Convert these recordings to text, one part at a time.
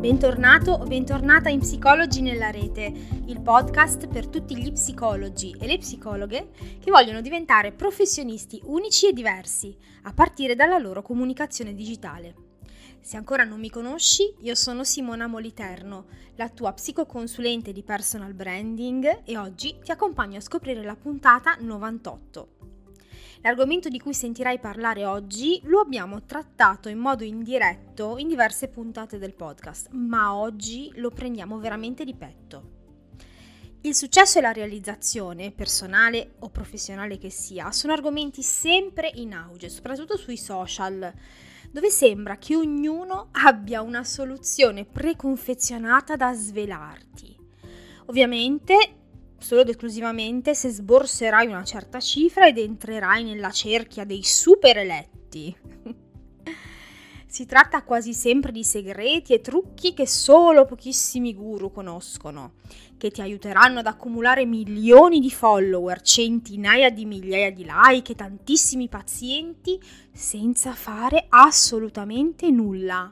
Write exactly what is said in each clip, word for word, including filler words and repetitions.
Bentornato o bentornata in Psicologi nella Rete, il podcast per tutti gli psicologi e le psicologhe che vogliono diventare professionisti unici e diversi, a partire dalla loro comunicazione digitale. Se ancora non mi conosci, io sono Simona Moliterno, la tua psicoconsulente di personal branding e oggi ti accompagno a scoprire la puntata novantotto. L'argomento di cui sentirai parlare oggi lo abbiamo trattato in modo indiretto in diverse puntate del podcast, ma oggi lo prendiamo veramente di petto. Il successo e la realizzazione, personale o professionale che sia, sono argomenti sempre in auge, soprattutto sui social, dove sembra che ognuno abbia una soluzione preconfezionata da svelarti. Ovviamente, solo ed esclusivamente se sborserai una certa cifra ed entrerai nella cerchia dei super eletti. Si tratta quasi sempre di segreti e trucchi che solo pochissimi guru conoscono, che ti aiuteranno ad accumulare milioni di follower, centinaia di migliaia di like e tantissimi pazienti senza fare assolutamente nulla.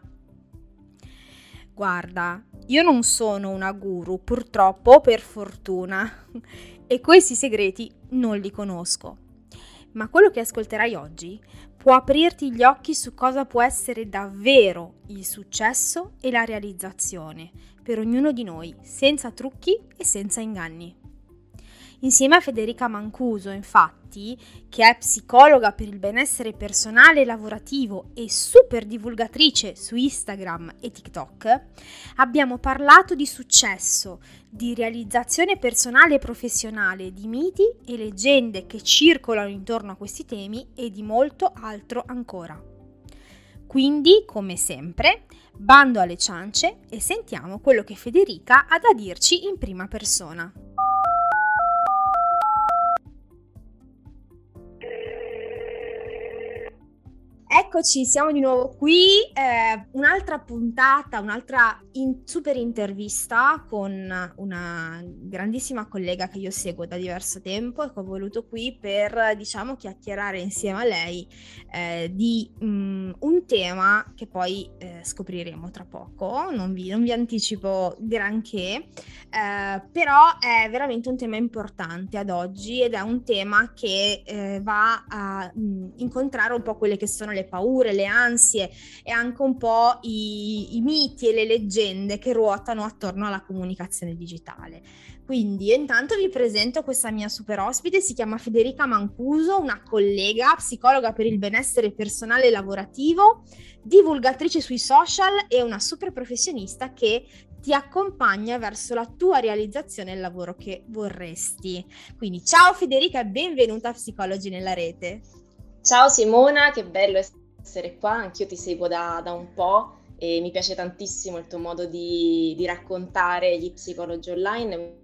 Guarda, io non sono una guru, purtroppo o per fortuna, e questi segreti non li conosco. Ma quello che ascolterai oggi può aprirti gli occhi su cosa può essere davvero il successo e la realizzazione per ognuno di noi, senza trucchi e senza inganni. Insieme a Federica Mancuso, infatti, che è psicologa per il benessere personale e lavorativo e super divulgatrice su Instagram e TikTok, abbiamo parlato di successo, di realizzazione personale e professionale, di miti e leggende che circolano intorno a questi temi e di molto altro ancora. Quindi, come sempre, bando alle ciance e sentiamo quello che Federica ha da dirci in prima persona. Eccoci, siamo di nuovo qui, eh, un'altra puntata, un'altra in- super intervista con una grandissima collega che io seguo da diverso tempo e che ho voluto qui per, diciamo, chiacchierare insieme a lei eh, di mh, un tema che poi eh, scopriremo tra poco, non vi, non vi anticipo granché, eh, però è veramente un tema importante ad oggi ed è un tema che eh, va a mh, incontrare un po' quelle che sono le paure, le ansie e anche un po' i, i miti e le leggende che ruotano attorno alla comunicazione digitale. Quindi io intanto vi presento questa mia super ospite, si chiama Federica Mancuso, una collega, psicologa per il benessere personale e lavorativo, divulgatrice sui social e una super professionista che ti accompagna verso la tua realizzazione e il lavoro che vorresti. Quindi ciao Federica e benvenuta a Psicologi nella Rete. Ciao Simona, che bello essere qua, anch'io ti seguo da, da un po' e mi piace tantissimo il tuo modo di, di raccontare gli psicologi online,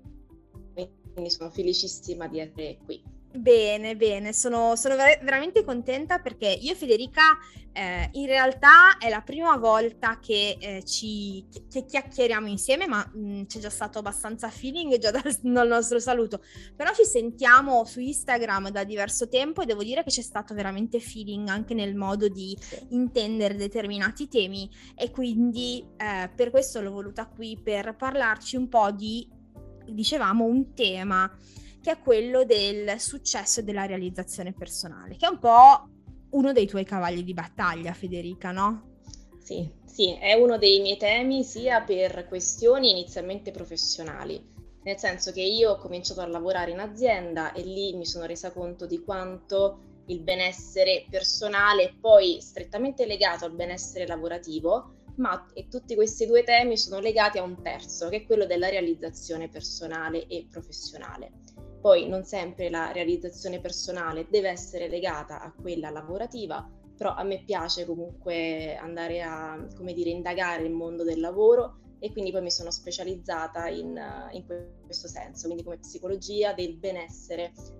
quindi sono felicissima di essere qui. Bene, bene, sono, sono ver- veramente contenta perché io e Federica eh, in realtà è la prima volta che eh, ci che chiacchieriamo insieme, ma mh, c'è già stato abbastanza feeling già dal, dal nostro saluto, però ci sentiamo su Instagram da diverso tempo e devo dire che c'è stato veramente feeling anche nel modo di intendere determinati temi e quindi eh, per questo l'ho voluta qui per parlarci un po' di, dicevamo, un tema che è quello del successo e della realizzazione personale, che è un po' uno dei tuoi cavalli di battaglia, Federica, no? Sì, sì, è uno dei miei temi sia per questioni inizialmente professionali, nel senso che io ho cominciato a lavorare in azienda e lì mi sono resa conto di quanto il benessere personale è poi strettamente legato al benessere lavorativo, ma e tutti questi due temi sono legati a un terzo, che è quello della realizzazione personale e professionale. Poi non sempre la realizzazione personale deve essere legata a quella lavorativa, però a me piace comunque andare a, come dire, indagare il mondo del lavoro e quindi poi mi sono specializzata in, in questo senso, quindi come psicologia del benessere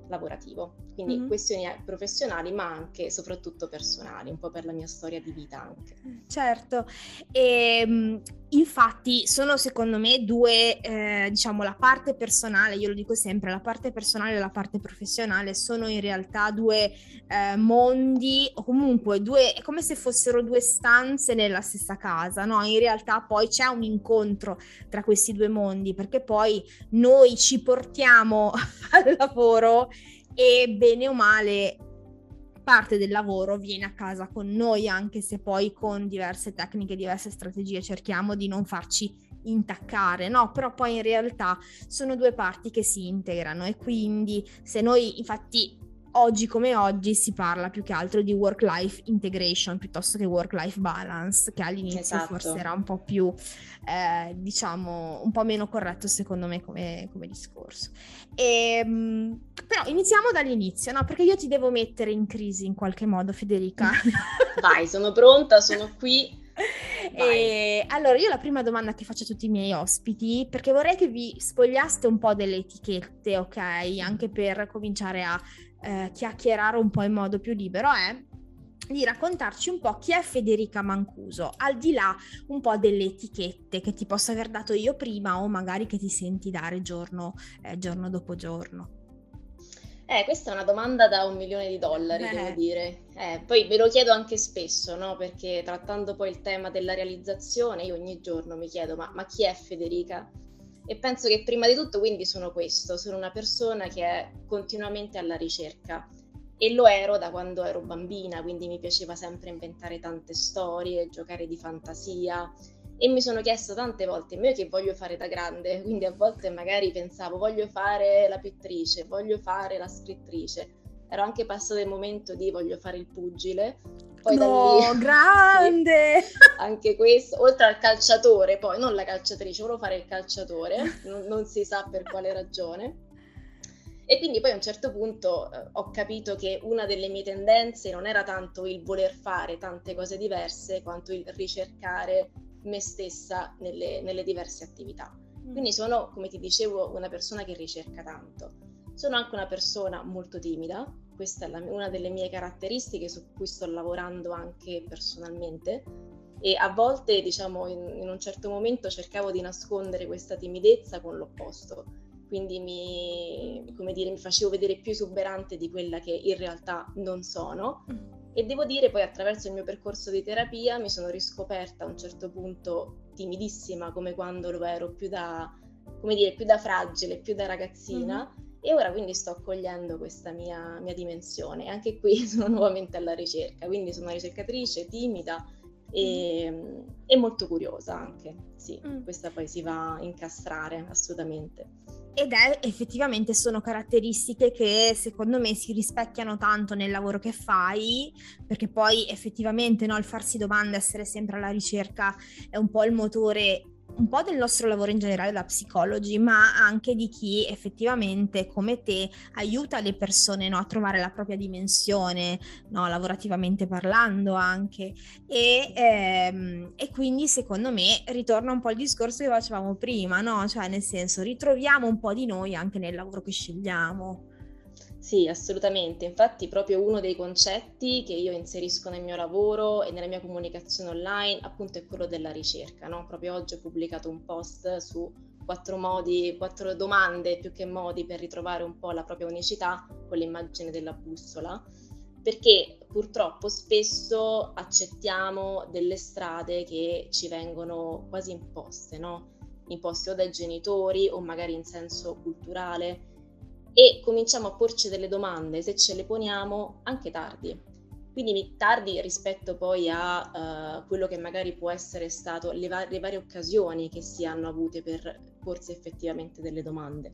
lavorativo, quindi Mhm. questioni professionali ma anche e soprattutto personali, un po' per la mia storia di vita anche. Certo, e mh, infatti sono secondo me due, eh, diciamo la parte personale, io lo dico sempre, la parte personale e la parte professionale sono in realtà due eh, mondi o comunque due, è come se fossero due stanze nella stessa casa, no? In realtà poi c'è un incontro tra questi due mondi perché poi noi ci portiamo al lavoro e bene o male parte del lavoro viene a casa con noi, anche se poi con diverse tecniche, diverse strategie cerchiamo di non farci intaccare, no? Però poi in realtà sono due parti che si integrano e quindi se noi, infatti oggi come oggi si parla più che altro di work-life integration piuttosto che work-life balance, che all'inizio forse Esatto. era un po' più, eh, diciamo, un po' meno corretto secondo me come, come discorso. E, però iniziamo dall'inizio, no? Perché io ti devo mettere in crisi in qualche modo, Federica. Vai, sono pronta, sono qui. Vai. E allora, io la prima domanda che faccio a tutti i miei ospiti, perché vorrei che vi spogliaste un po' delle etichette, ok? Anche per cominciare a eh, chiacchierare un po' in modo più libero, è di raccontarci un po' chi è Federica Mancuso, al di là un po' delle etichette che ti posso aver dato io prima o magari che ti senti dare giorno, eh, giorno dopo giorno. Eh, questa è una domanda da un milione di dollari, Eh. devo dire. Eh, poi ve lo chiedo anche spesso, no? Perché trattando poi il tema della realizzazione, io ogni giorno mi chiedo, ma, ma chi è Federica? E penso che prima di tutto quindi sono questo, sono una persona che è continuamente alla ricerca. E lo ero da quando ero bambina, quindi mi piaceva sempre inventare tante storie, giocare di fantasia. E mi sono chiesta tante volte, ma io che voglio fare da grande? Quindi a volte magari pensavo, voglio fare la pittrice, voglio fare la scrittrice. Ero anche passato il momento di voglio fare il pugile. Poi no, da lì, grande! sì, anche questo, oltre al calciatore, poi non la calciatrice, volevo fare il calciatore, non, non si sa per quale ragione. E quindi poi a un certo punto eh, ho capito che una delle mie tendenze non era tanto il voler fare tante cose diverse, quanto il ricercare me stessa nelle, nelle diverse attività. Quindi sono, come ti dicevo, una persona che ricerca tanto. Sono anche una persona molto timida, questa è la, una delle mie caratteristiche su cui sto lavorando anche personalmente, e a volte, diciamo, in, in un certo momento cercavo di nascondere questa timidezza con l'opposto. Quindi mi, come dire, mi facevo vedere più esuberante di quella che in realtà non sono. E devo dire poi attraverso il mio percorso di terapia mi sono riscoperta a un certo punto timidissima come quando lo ero più da, come dire, più da fragile, più da ragazzina, mm-hmm. E ora quindi sto accogliendo questa mia, mia dimensione. Anche qui sono nuovamente alla ricerca, quindi sono una ricercatrice timida e, mm. e molto curiosa anche, sì, mm. Questa poi si va a incastrare assolutamente. Ed è effettivamente sono caratteristiche che secondo me si rispecchiano tanto nel lavoro che fai, perché poi effettivamente, no, il farsi domande, essere sempre alla ricerca è un po' il motore un po' del nostro lavoro in generale da psicologi, ma anche di chi effettivamente come te aiuta le persone, no, a trovare la propria dimensione, no, lavorativamente parlando anche, e, ehm, e quindi secondo me ritorna un po' il discorso che facevamo prima, no? Cioè nel senso ritroviamo un po' di noi anche nel lavoro che scegliamo. Sì, assolutamente. Infatti proprio uno dei concetti che io inserisco nel mio lavoro e nella mia comunicazione online appunto è quello della ricerca, no? Proprio oggi ho pubblicato un post su quattro modi, quattro domande più che modi per ritrovare un po' la propria unicità con l'immagine della bussola, perché purtroppo spesso accettiamo delle strade che ci vengono quasi imposte, no? Imposte o dai genitori o magari in senso culturale, e cominciamo a porci delle domande, se ce le poniamo, anche tardi. Quindi tardi rispetto poi a uh, quello che magari può essere stato le, va- le varie occasioni che si hanno avute per porsi effettivamente delle domande.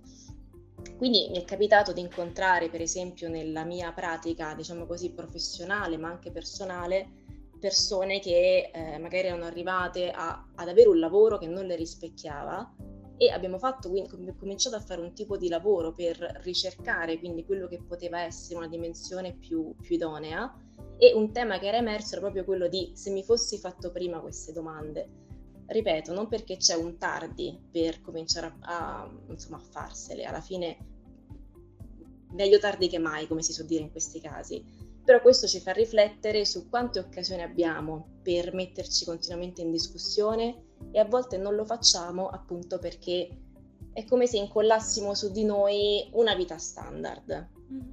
Quindi mi è capitato di incontrare, per esempio, nella mia pratica, diciamo così, professionale, ma anche personale, persone che eh, magari erano arrivate a, ad avere un lavoro che non le rispecchiava, e abbiamo fatto quindi cominciato a fare un tipo di lavoro per ricercare quindi quello che poteva essere una dimensione più, più idonea, e un tema che era emerso era proprio quello di se mi fossi fatto prima queste domande. Ripeto, non perché c'è un tardi per cominciare a, a, insomma, a farsele, alla fine meglio tardi che mai, come si suol dire in questi casi. Però questo ci fa riflettere su quante occasioni abbiamo per metterci continuamente in discussione e a volte non lo facciamo appunto perché è come se incollassimo su di noi una vita standard.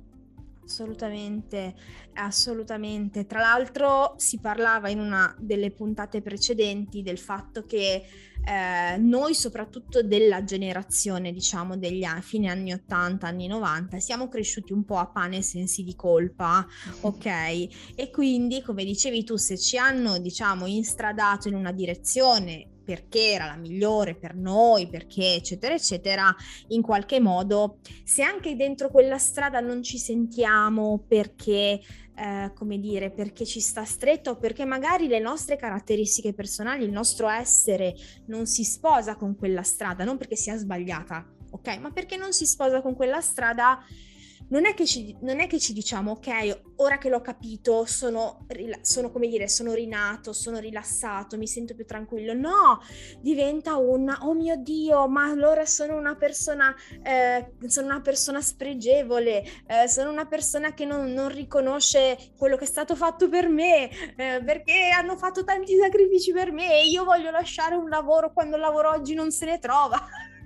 Assolutamente, assolutamente. Tra l'altro si parlava in una delle puntate precedenti del fatto che eh, noi, soprattutto della generazione, diciamo, degli anni, fine anni ottanta, anni novanta, siamo cresciuti un po' a pane e sensi di colpa, ok? E quindi, come dicevi tu, se ci hanno, diciamo, instradato in una direzione perché era la migliore per noi, perché eccetera eccetera, in qualche modo, se anche dentro quella strada non ci sentiamo perché eh, come dire, perché ci sta stretto, perché magari le nostre caratteristiche personali, il nostro essere non si sposa con quella strada, non perché sia sbagliata, ok, ma perché non si sposa con quella strada. Non è che ci, non è che ci diciamo, ok, ora che l'ho capito, sono, sono, come dire, sono rinato, sono rilassato, mi sento più tranquillo. No, diventa un, oh mio Dio, ma allora sono una persona, eh, sono una persona spregevole, eh, sono una persona che non, non riconosce quello che è stato fatto per me, eh, perché hanno fatto tanti sacrifici per me e io voglio lasciare un lavoro quando il lavoro oggi non se ne trova.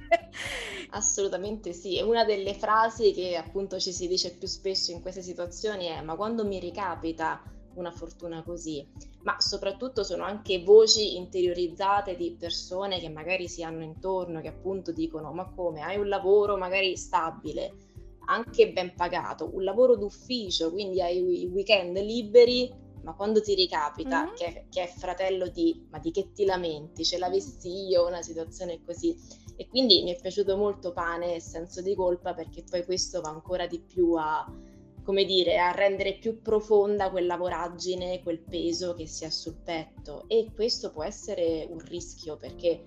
Assolutamente sì, e una delle frasi che appunto ci si dice più spesso in queste situazioni è: ma quando mi ricapita una fortuna così? Ma soprattutto sono anche voci interiorizzate di persone che magari si hanno intorno, che appunto dicono: ma come, hai un lavoro magari stabile, anche ben pagato, un lavoro d'ufficio, quindi hai i weekend liberi, ma quando ti ricapita mm-hmm. che, che è fratello di, ma di che ti lamenti, ce l'avessi io una situazione così? E quindi mi è piaciuto molto Pane e Senso di colpa, perché poi questo va ancora di più a, come dire, a rendere più profonda quella voragine, quel peso che si ha sul petto. E questo può essere un rischio, perché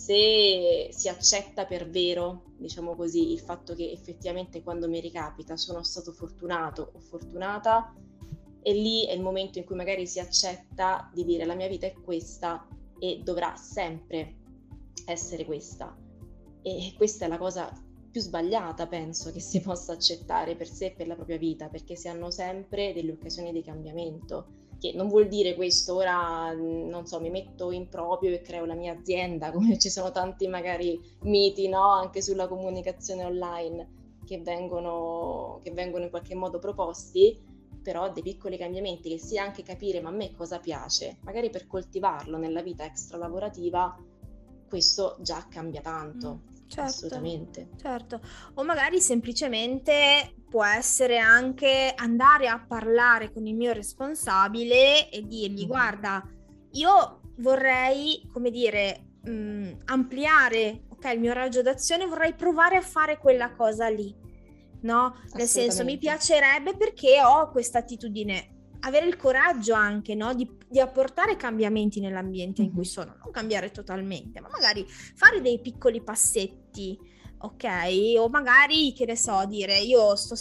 se si accetta per vero, diciamo così, il fatto che effettivamente quando mi ricapita sono stato fortunato o fortunata, e lì è il momento in cui magari si accetta di dire: la mia vita è questa e dovrà sempre essere questa. E questa è la cosa più sbagliata, penso, che si possa accettare per sé e per la propria vita, perché si hanno sempre delle occasioni di cambiamento, che non vuol dire questo ora, non so, mi metto in proprio e creo la mia azienda, come ci sono tanti magari miti, no? Anche sulla comunicazione online che vengono, che vengono in qualche modo proposti, però dei piccoli cambiamenti, che sia anche capire: ma a me cosa piace, magari per coltivarlo nella vita extra lavorativa, questo già cambia tanto. Certo, assolutamente. Certo, o magari semplicemente può essere anche andare a parlare con il mio responsabile e dirgli: mm-hmm. guarda, io vorrei, come dire, mh, ampliare, ok, il mio raggio d'azione, vorrei provare a fare quella cosa lì, no? Nel senso, mi piacerebbe, perché ho questa attitudine. Avere il coraggio anche, no, di, di apportare cambiamenti nell'ambiente in cui sono, non cambiare totalmente, ma magari fare dei piccoli passetti, ok? O magari, che ne so, dire: io sto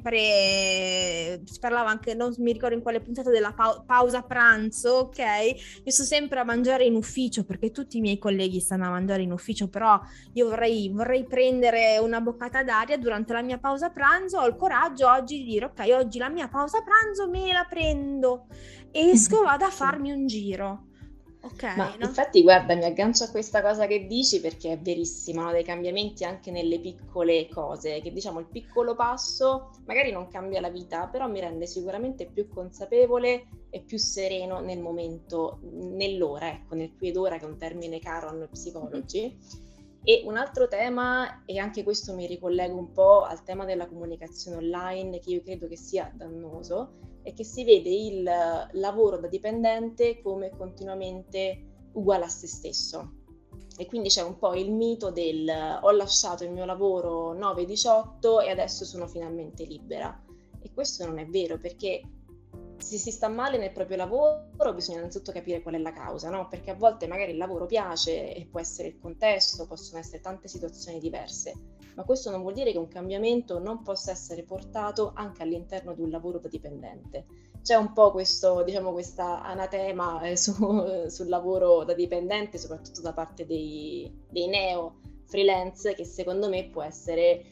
sempre, si parlava anche, non mi ricordo in quale puntata, della pa- pausa pranzo, ok? Io sto sempre a mangiare in ufficio perché tutti i miei colleghi stanno a mangiare in ufficio, però io vorrei, vorrei prendere una boccata d'aria durante la mia pausa pranzo. Ho il coraggio oggi di dire: ok, oggi la mia pausa pranzo me la prendo, esco, vado a farmi un giro. Okay, ma no? Infatti guarda, mi aggancio a questa cosa che dici, perché è verissima, no? Dei cambiamenti anche nelle piccole cose, che diciamo il piccolo passo magari non cambia la vita, però mi rende sicuramente più consapevole e più sereno nel momento, nell'ora, ecco, nel qui ed ora, che è un termine caro a noi psicologi. E un altro tema, e anche questo mi ricollego un po' al tema della comunicazione online, che io credo che sia dannoso, è che si vede il lavoro da dipendente come continuamente uguale a se stesso. E quindi c'è un po' il mito del: ho lasciato il mio lavoro nove diciotto e adesso sono finalmente libera. E questo non è vero, perché se si sta male nel proprio lavoro bisogna innanzitutto capire qual è la causa, no? Perché a volte magari il lavoro piace e può essere il contesto, possono essere tante situazioni diverse, ma questo non vuol dire che un cambiamento non possa essere portato anche all'interno di un lavoro da dipendente. C'è un po' questo, diciamo, questa anatema eh, su, sul lavoro da dipendente, soprattutto da parte dei, dei neo freelance, che secondo me può essere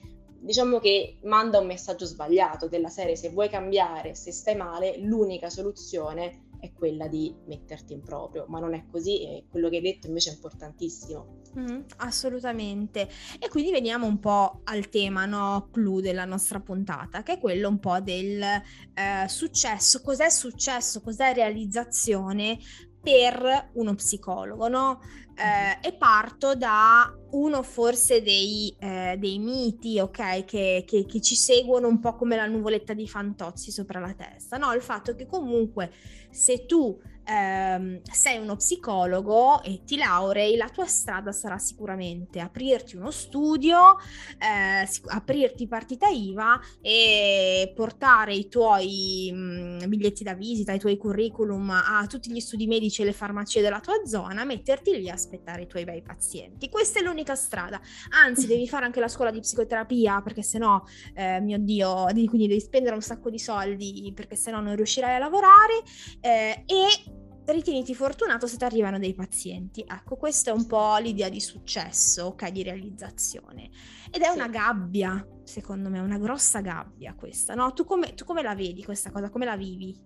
diciamo che manda un messaggio sbagliato della serie: se vuoi cambiare, se stai male, l'unica soluzione è quella di metterti in proprio, ma non è così, e quello che hai detto invece è importantissimo. Mm, assolutamente. E quindi veniamo un po' al tema, no, clou della nostra puntata, che è quello un po' del eh, successo. Cos'è successo? Cos'è realizzazione per uno psicologo, no? Eh, e parto da uno forse dei, eh, dei miti, ok, che, che, che ci seguono un po' come la nuvoletta di Fantozzi sopra la testa, no? Il fatto che comunque se tu ehm, sei uno psicologo e ti laurei, la tua strada sarà sicuramente aprirti uno studio, eh, sic- aprirti partita I V A e portare i tuoi mh, biglietti da visita, i tuoi curriculum a tutti gli studi medici e le farmacie della tua zona, metterti lì a aspettare i tuoi bei pazienti. Questa è l'unica strada. Anzi, devi fare anche la scuola di psicoterapia, perché sennò, eh, mio Dio, di- quindi devi spendere un sacco di soldi, perché sennò non riuscirai a lavorare, eh, e ritieniti fortunato se ti arrivano dei pazienti. Ecco, questa è un po' l'idea di successo, ok, di realizzazione. Ed è Sì. una gabbia, secondo me, una grossa gabbia questa, no? Tu come, tu come la vedi questa cosa? Come la vivi?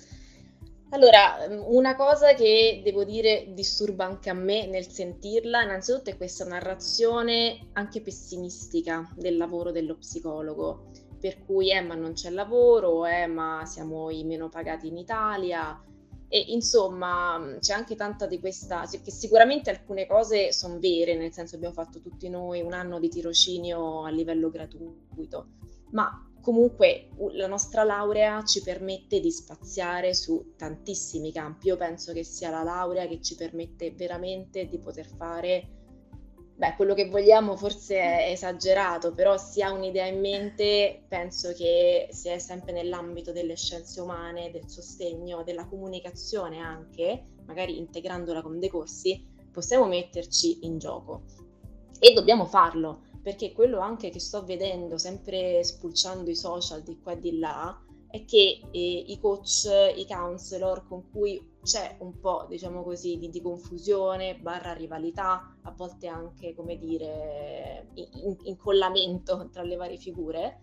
Allora, una cosa che devo dire disturba anche a me nel sentirla, innanzitutto, è questa narrazione anche pessimistica del lavoro dello psicologo, per cui eh ma non c'è lavoro, eh ma siamo i meno pagati in Italia, e insomma c'è anche tanta di questa, che sicuramente alcune cose sono vere, nel senso abbiamo fatto tutti noi un anno di tirocinio a livello gratuito, ma comunque la nostra laurea ci permette di spaziare su tantissimi campi. Io penso che sia la laurea che ci permette veramente di poter fare, beh, quello che vogliamo forse è esagerato, però si ha un'idea in mente, penso che se è sempre nell'ambito delle scienze umane, del sostegno, della comunicazione anche, magari integrandola con dei corsi, possiamo metterci in gioco. E dobbiamo farlo, perché quello anche che sto vedendo, sempre spulciando i social di qua e di là, è che eh, i coach, i counselor con cui c'è un po', diciamo così, di, di confusione, barra rivalità, a volte anche, come dire, in, incollamento tra le varie figure,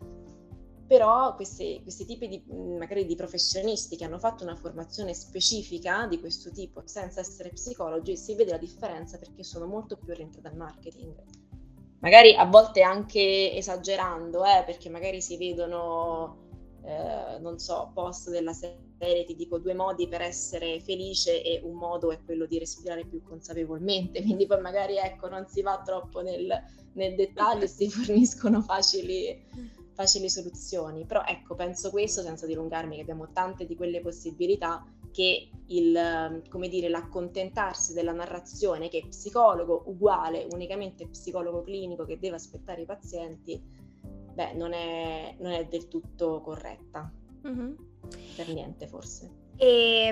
però questi, questi tipi di, magari di professionisti che hanno fatto una formazione specifica di questo tipo senza essere psicologi, si vede la differenza perché sono molto più orientati al marketing. Magari a volte anche esagerando, eh, perché magari si vedono, eh, non so, post della serie, ti dico due modi per essere felice e un modo è quello di respirare più consapevolmente, quindi poi magari ecco non si va troppo nel, nel dettaglio e si forniscono facili, facili soluzioni, però ecco penso questo, senza dilungarmi, che abbiamo tante di quelle possibilità, che il, come dire, l'accontentarsi della narrazione che psicologo uguale, unicamente psicologo clinico che deve aspettare i pazienti, beh, non è, non è del tutto corretta. Mm-hmm. Per niente, forse. E,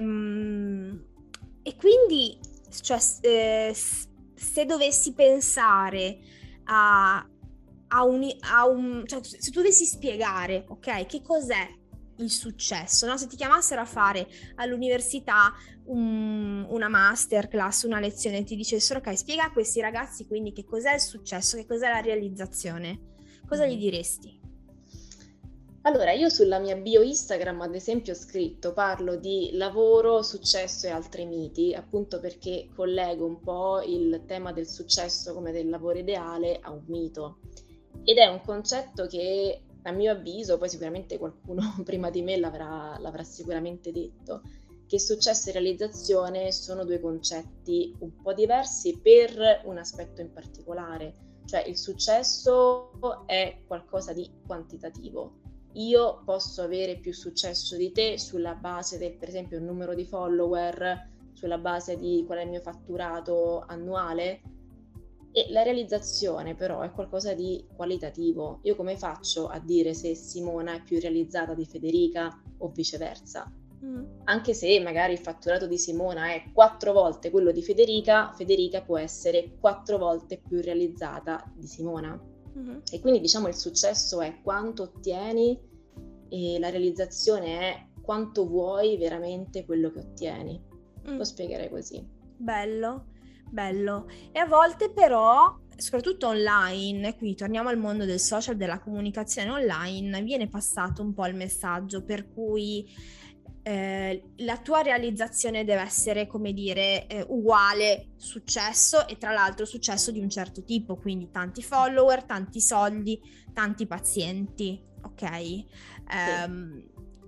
e quindi, cioè, eh, se dovessi pensare a, a, un, a un... cioè, se tu dovessi spiegare, ok, che cos'è il successo, no? Se ti chiamassero a fare all'università un, una masterclass, una lezione, ti dicessero ok, spiega a questi ragazzi quindi che cos'è il successo, che cos'è la realizzazione, cosa gli diresti? Allora, io sulla mia bio Instagram, ad esempio, ho scritto, parlo di lavoro, successo e altri miti, appunto perché collego un po' il tema del successo come del lavoro ideale a un mito, ed è un concetto che, a mio avviso, poi sicuramente qualcuno prima di me l'avrà, l'avrà sicuramente detto, che successo e realizzazione sono due concetti un po' diversi per un aspetto in particolare, cioè il successo è qualcosa di quantitativo. Io posso avere più successo di te sulla base del, per esempio, il numero di follower, sulla base di qual è il mio fatturato annuale, e la realizzazione però è qualcosa di qualitativo. Io come faccio a dire se Simona è più realizzata di Federica o viceversa? Mm. Anche se magari il fatturato di Simona è quattro volte quello di Federica, Federica può essere quattro volte più realizzata di Simona. Mm-hmm. E quindi diciamo il successo è quanto ottieni e la realizzazione è quanto vuoi veramente quello che ottieni. Mm. Lo spiegherei così. Bello. Bello. E a volte però soprattutto online, quindi torniamo al mondo del social, della comunicazione online, viene passato un po' il messaggio per cui eh, la tua realizzazione deve essere, come dire, eh, uguale successo, e tra l'altro successo di un certo tipo, quindi tanti follower, tanti soldi, tanti pazienti, ok? Ehm,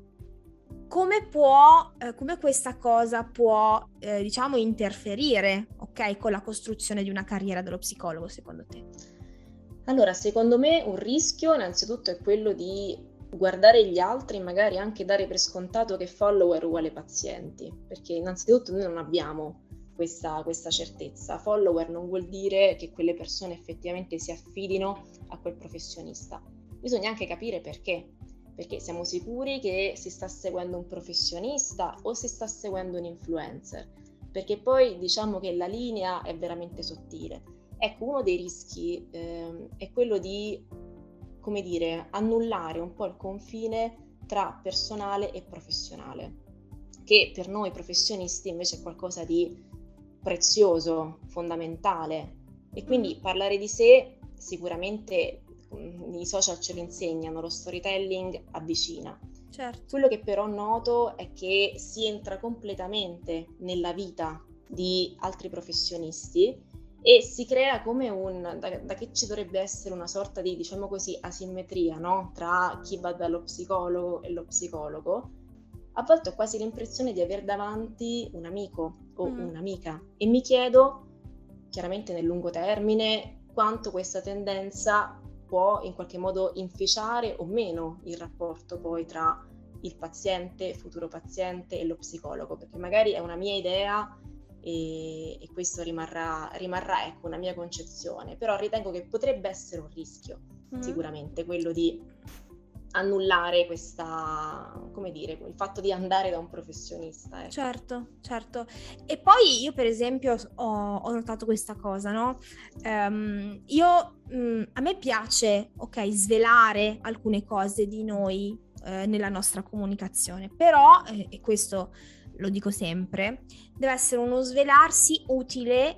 come può, eh, come questa cosa può, eh, diciamo, interferire, ok, con la costruzione di una carriera dello psicologo, secondo te? Allora, secondo me un rischio innanzitutto è quello di guardare gli altri e magari anche dare per scontato che follower uguale pazienti, perché innanzitutto noi non abbiamo questa, questa certezza. Follower non vuol dire che quelle persone effettivamente si affidino a quel professionista. Bisogna anche capire perché, perché siamo sicuri che si sta seguendo un professionista o si sta seguendo un influencer, perché poi diciamo che la linea è veramente sottile. Ecco, uno dei rischi eh, è quello di, come dire, annullare un po' il confine tra personale e professionale, che per noi professionisti invece è qualcosa di prezioso, fondamentale, e quindi parlare di sé sicuramente i social ce lo insegnano, lo storytelling avvicina. Certo. Quello che però noto è che si entra completamente nella vita di altri professionisti e si crea come un, da, da che ci dovrebbe essere una sorta di, diciamo così, asimmetria, no? Tra chi va dallo psicologo e lo psicologo. A volte ho quasi l'impressione di aver davanti un amico o mm. un'amica, e mi chiedo, chiaramente nel lungo termine, quanto questa tendenza può in qualche modo inficiare o meno il rapporto poi tra il paziente, futuro paziente, e lo psicologo, perché magari è una mia idea e, e questo rimarrà, rimarrà ecco, una mia concezione, però ritengo che potrebbe essere un rischio, mm. sicuramente, quello di annullare questa, come dire, il fatto di andare da un professionista. Ecco. Certo, certo. E poi io per esempio ho, ho notato questa cosa, no? Um, io, mh, a me piace, ok, svelare alcune cose di noi eh, nella nostra comunicazione, però, eh, e questo lo dico sempre, deve essere uno svelarsi utile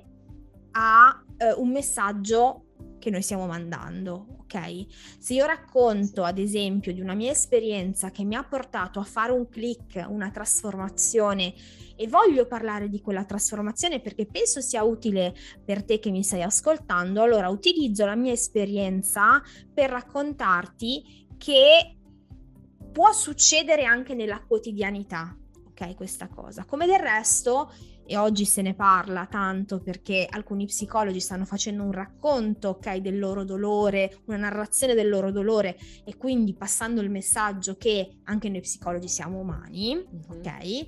a eh, un messaggio che noi stiamo mandando. Ok? Se io racconto ad esempio di una mia esperienza che mi ha portato a fare un click, una trasformazione, e voglio parlare di quella trasformazione perché penso sia utile per te che mi stai ascoltando, allora utilizzo la mia esperienza per raccontarti che può succedere anche nella quotidianità, ok? Questa cosa. Come del resto, e oggi se ne parla tanto perché alcuni psicologi stanno facendo un racconto, ok, del loro dolore, una narrazione del loro dolore, e quindi passando il messaggio che anche noi psicologi siamo umani, mm-hmm. ok?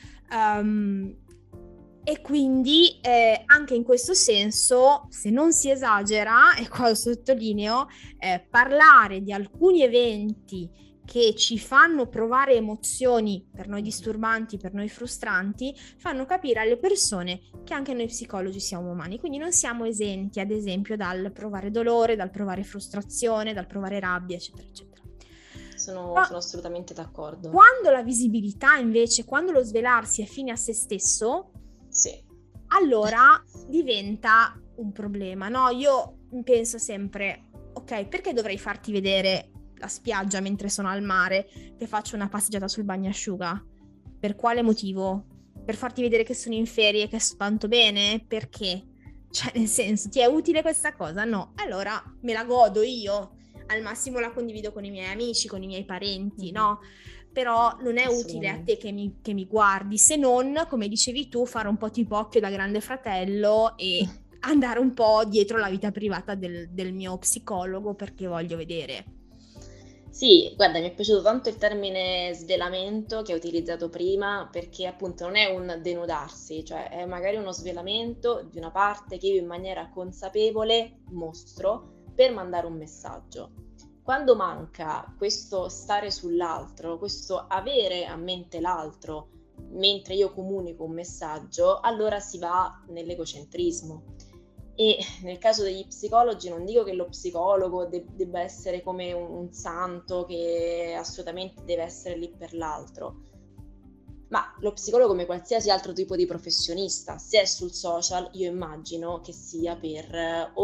Um, e quindi eh, anche in questo senso, se non si esagera, e qua lo sottolineo, eh, parlare di alcuni eventi che ci fanno provare emozioni per noi disturbanti, per noi frustranti, fanno capire alle persone che anche noi psicologi siamo umani, quindi non siamo esenti ad esempio dal provare dolore, dal provare frustrazione, dal provare rabbia, eccetera eccetera. Sono, Ma sono assolutamente d'accordo. Quando la visibilità invece, quando lo svelarsi è fine a se stesso, sì. allora diventa un problema, no? Io penso sempre, ok, perché dovrei farti vedere la spiaggia mentre sono al mare, che faccio una passeggiata sul bagnasciuga? Per quale motivo? Per farti vedere che sono in ferie, che sto bene? Perché? Cioè, nel senso, ti è utile questa cosa? No. Allora me la godo io, al massimo la condivido con i miei amici, con i miei parenti, no? Però non è utile a te che mi, che mi guardi, se non, come dicevi tu, fare un po' tipo occhio da grande fratello e andare un po' dietro la vita privata del, del mio psicologo perché voglio vedere. Sì, guarda, mi è piaciuto tanto il termine svelamento che hai utilizzato prima, perché appunto non è un denudarsi, cioè è magari uno svelamento di una parte che io in maniera consapevole mostro per mandare un messaggio. Quando manca questo stare sull'altro, questo avere a mente l'altro mentre io comunico un messaggio, allora si va nell'egocentrismo. E nel caso degli psicologi non dico che lo psicologo de- debba essere come un, un santo che assolutamente deve essere lì per l'altro, ma lo psicologo, come qualsiasi altro tipo di professionista, se è sul social, io immagino che sia per eh, o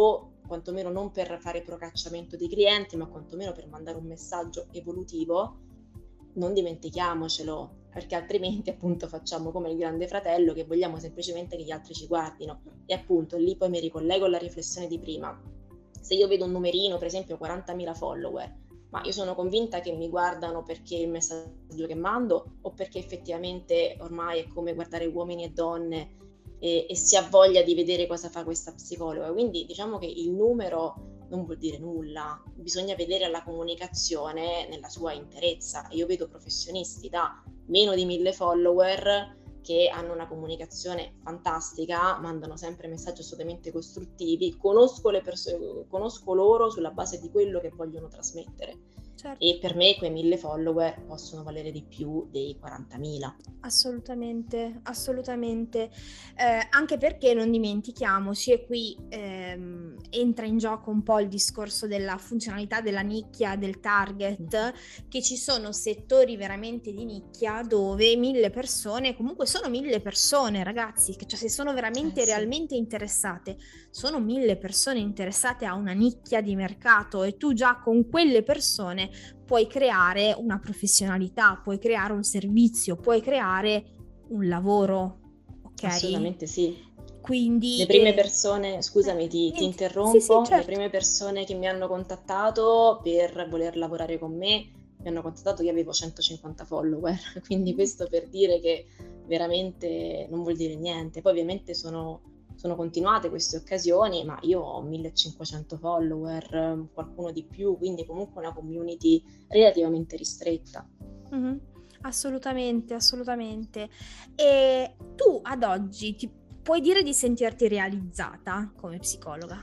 quantomeno non per fare procacciamento dei clienti, ma quantomeno per mandare un messaggio evolutivo, non dimentichiamocelo, perché altrimenti appunto facciamo come il Grande Fratello, che vogliamo semplicemente che gli altri ci guardino. E appunto lì poi mi ricollego alla riflessione di prima. Se io vedo un numerino, per esempio quarantamila follower, ma io sono convinta che mi guardano perché il messaggio che mando o perché effettivamente ormai è come guardare uomini e donne e, e si ha voglia di vedere cosa fa questa psicologa. Quindi diciamo che il numero non vuol dire nulla, bisogna vedere la comunicazione nella sua interezza. Io vedo professionisti da meno di mille follower che hanno una comunicazione fantastica, mandano sempre messaggi assolutamente costruttivi, conosco le persone, conosco loro sulla base di quello che vogliono trasmettere. Certo. E per me quei mille follower possono valere di più dei quarantamila. Assolutamente, assolutamente. Eh, anche perché non dimentichiamoci, e qui ehm, entra in gioco un po' il discorso della funzionalità della nicchia, del target, mm. che ci sono settori veramente di nicchia dove mille persone, comunque sono mille persone, ragazzi, cioè se sono veramente eh, realmente sì. interessate, sono mille persone interessate a una nicchia di mercato e tu già con quelle persone puoi creare una professionalità, puoi creare un servizio, puoi creare un lavoro, ok? Assolutamente sì. Quindi le prime eh, persone, scusami, ti, ti interrompo, sì, sì, certo. Le prime persone che mi hanno contattato per voler lavorare con me mi hanno contattato che avevo centocinquanta follower, quindi questo per dire che veramente non vuol dire niente. Poi ovviamente sono sono continuate queste occasioni, ma io ho millecinquecento follower, qualcuno di più, quindi comunque una community relativamente ristretta. Mm-hmm. Assolutamente, assolutamente. E tu ad oggi ti puoi dire di sentirti realizzata come psicologa?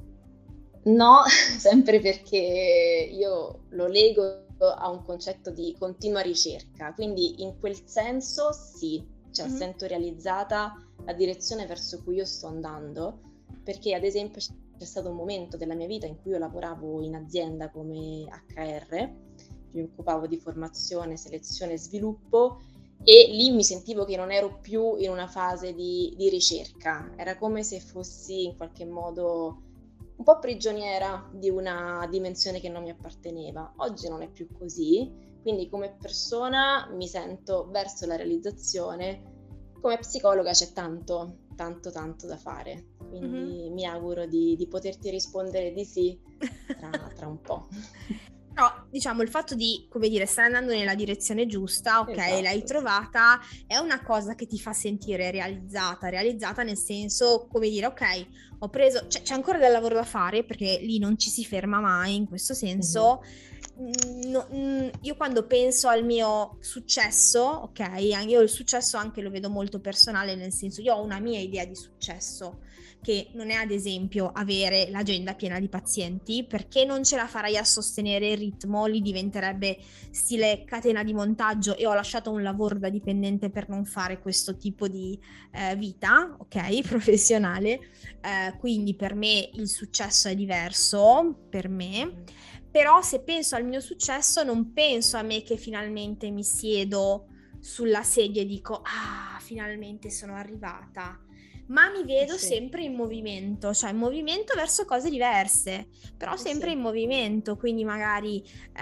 No, sempre perché io lo lego a un concetto di continua ricerca, quindi in quel senso sì, cioè mm-hmm. sento realizzata la direzione verso cui io sto andando, perché ad esempio c'è stato un momento della mia vita in cui io lavoravo in azienda come acca erre, mi occupavo di formazione, selezione e sviluppo, e lì mi sentivo che non ero più in una fase di, di ricerca, era come se fossi in qualche modo un po' prigioniera di una dimensione che non mi apparteneva. Oggi non è più così, quindi come persona mi sento verso la realizzazione. Come psicologa c'è tanto, tanto, tanto da fare, quindi mm-hmm. mi auguro di, di poterti rispondere di sì tra, tra un po'. Però, diciamo, il fatto di, come dire, stare andando nella direzione giusta, ok, esatto, l'hai sì. trovata, è una cosa che ti fa sentire realizzata, realizzata nel senso, come dire, ok, ho preso, cioè, c'è ancora del lavoro da fare, perché lì non ci si ferma mai, in questo senso. Mm-hmm. No, io quando penso al mio successo, ok, io il successo anche lo vedo molto personale, nel senso io ho una mia idea di successo che non è ad esempio avere l'agenda piena di pazienti, perché non ce la farei a sostenere il ritmo, lì diventerebbe stile catena di montaggio e ho lasciato un lavoro da dipendente per non fare questo tipo di eh, vita, ok, professionale, eh, quindi per me il successo è diverso, per me. Però se penso al mio successo non penso a me che finalmente mi siedo sulla sedia e dico ah, finalmente sono arrivata, ma mi vedo sì. sempre in movimento, cioè in movimento verso cose diverse, però sempre sì. in movimento, quindi magari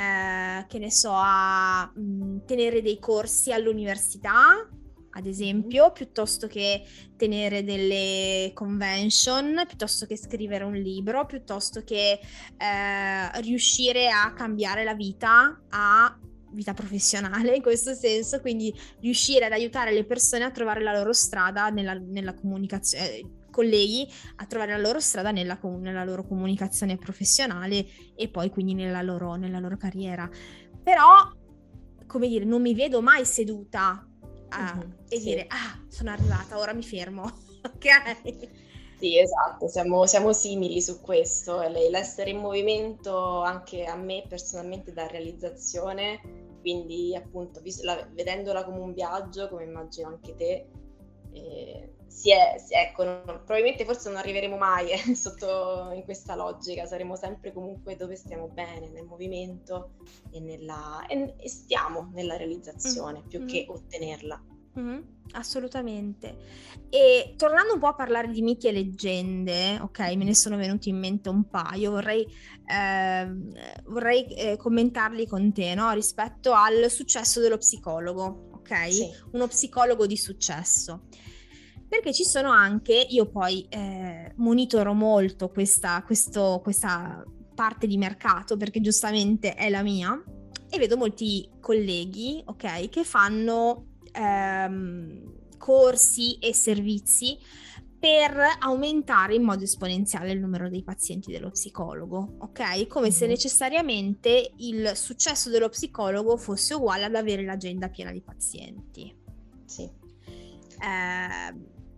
eh, che ne so, a mh, tenere dei corsi all'università, ad esempio, mm-hmm. piuttosto che tenere delle convention, piuttosto che scrivere un libro, piuttosto che eh, riuscire a cambiare la vita a vita professionale in questo senso, quindi riuscire ad aiutare le persone a trovare la loro strada nella, nella comunicazione, eh, colleghi a trovare la loro strada nella, nella loro comunicazione professionale e poi quindi nella loro, nella loro carriera. Però, come dire, non mi vedo mai seduta a, mm-hmm, e sì. dire ah, sono arrivata, ora mi fermo, ok? Sì, esatto, siamo, siamo simili su questo, l'essere in movimento anche a me personalmente dà realizzazione, quindi appunto la, vedendola come un viaggio, come immagino anche te, eh, si è, si, ecco, non, probabilmente forse non arriveremo mai eh, sotto in questa logica, saremo sempre comunque dove stiamo bene, nel movimento e, nella, e, e stiamo nella realizzazione mm. più mm. che ottenerla. Mh-mh, assolutamente. E tornando un po' a parlare di miti e leggende, okay, me ne sono venuti in mente un paio, vorrei ehm, vorrei, ehm, commentarli con te, no, rispetto al successo dello psicologo, okay, Sì. uno psicologo di successo. Perché ci sono anche io poi, ehm, monitoro molto questa questo questa parte di mercato, perché giustamente è la mia, e vedo molti colleghi, okay, che fanno ehm, corsi e servizi per aumentare in modo esponenziale il numero dei pazienti dello psicologo, ok? Come se Mhm. necessariamente il successo dello psicologo fosse uguale ad avere l'agenda piena di pazienti. Sì. Eh,